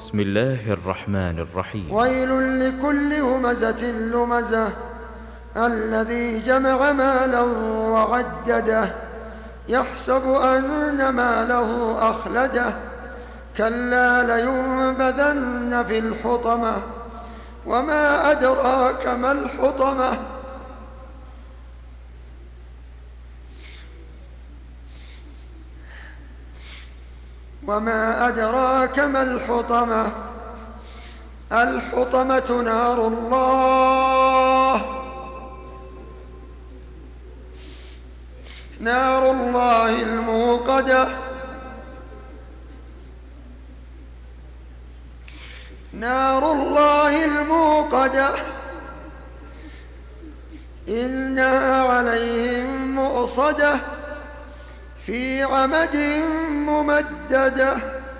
بسم الله الرحمن الرحيم. ويل لكل همزة لمزة الذي جمع مالا وعدده يحسب أن ماله أخلده كلا لينبذن في الحطمة وما أدراك ما الحطمة وما أدراك ما الحطمة الحطمة نار الله الموقدة إنها عليهم مؤصدة في عمد ممددة.